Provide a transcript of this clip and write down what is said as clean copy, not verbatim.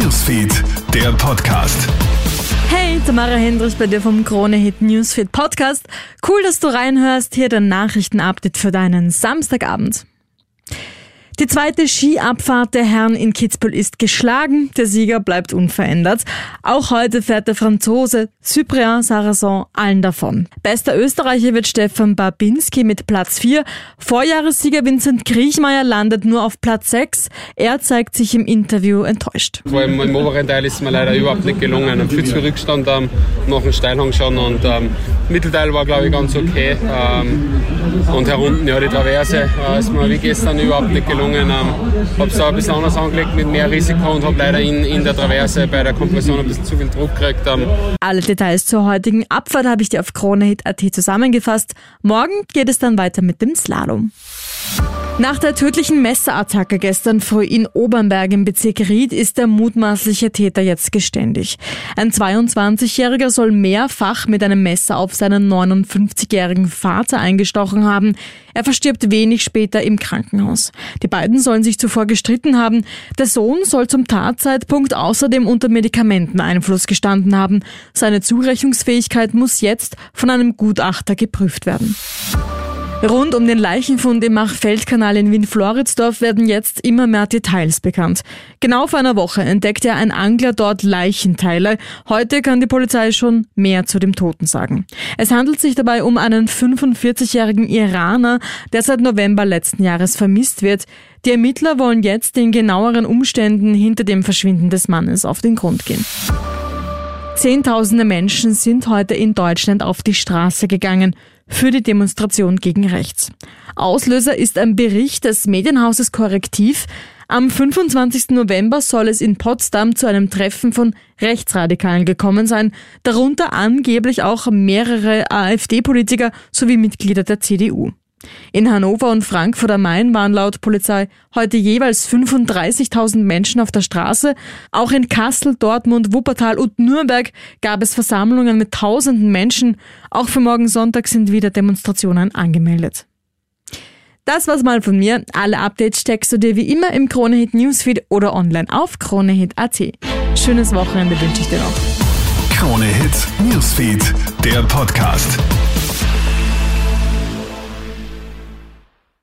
Newsfeed, der Podcast. Hey, Tamara Hendrich bei dir vom Krone-Hit Newsfeed Podcast. Cool, dass du reinhörst. Hier der Nachrichtenupdate für deinen Samstagabend. Die zweite Skiabfahrt der Herren in Kitzbühel ist geschlagen. Der Sieger bleibt unverändert. Auch heute fährt der Franzose Cyprien Sarrazin allen davon. Bester Österreicher wird Stefan Babinski mit Platz 4. Vorjahressieger Vincent Kriechmayr landet nur auf Platz 6. Er zeigt sich im Interview enttäuscht. Vor allem im oberen Teil ist es mir leider überhaupt nicht gelungen. Viel zu viel Rückstand nach dem Steilhang schon und Mittelteil war, glaube ich, ganz okay. Und herunten, ja, die Traverse ist mir wie gestern überhaupt nicht gelungen. Habe es ein bisschen anders angelegt mit mehr Risiko und habe leider in der Traverse bei der Kompression ein bisschen zu viel Druck gekriegt. Alle Details zur heutigen Abfahrt habe ich dir auf KroneHit.at zusammengefasst. Morgen geht es dann weiter mit dem Slalom. Nach der tödlichen Messerattacke gestern früh in Obernberg im Bezirk Ried ist der mutmaßliche Täter jetzt geständig. Ein 22-Jähriger soll mehrfach mit einem Messer auf seinen 59-jährigen Vater eingestochen haben. Er verstirbt wenig später im Krankenhaus. Die beiden sollen sich zuvor gestritten haben. Der Sohn soll zum Tatzeitpunkt außerdem unter Medikamenteneinfluss gestanden haben. Seine Zurechnungsfähigkeit muss jetzt von einem Gutachter geprüft werden. Rund um den Leichenfund im Machfeldkanal in Wien-Floridsdorf werden jetzt immer mehr Details bekannt. Genau vor einer Woche entdeckte ein Angler dort Leichenteile. Heute kann die Polizei schon mehr zu dem Toten sagen. Es handelt sich dabei um einen 45-jährigen Iraner, der seit November letzten Jahres vermisst wird. Die Ermittler wollen jetzt den genaueren Umständen hinter dem Verschwinden des Mannes auf den Grund gehen. Zehntausende Menschen sind heute in Deutschland auf die Straße gegangen für die Demonstration gegen rechts. Auslöser ist ein Bericht des Medienhauses Korrektiv. Am 25. November soll es in Potsdam zu einem Treffen von Rechtsradikalen gekommen sein, darunter angeblich auch mehrere AfD-Politiker sowie Mitglieder der CDU. In Hannover und Frankfurt am Main waren laut Polizei heute jeweils 35.000 Menschen auf der Straße. Auch in Kassel, Dortmund, Wuppertal und Nürnberg gab es Versammlungen mit tausenden Menschen. Auch für morgen Sonntag sind wieder Demonstrationen angemeldet. Das war's mal von mir. Alle Updates steckst du dir wie immer im KroneHit Newsfeed oder online auf KroneHit.at. Schönes Wochenende wünsche ich dir noch. KroneHit Newsfeed, der Podcast.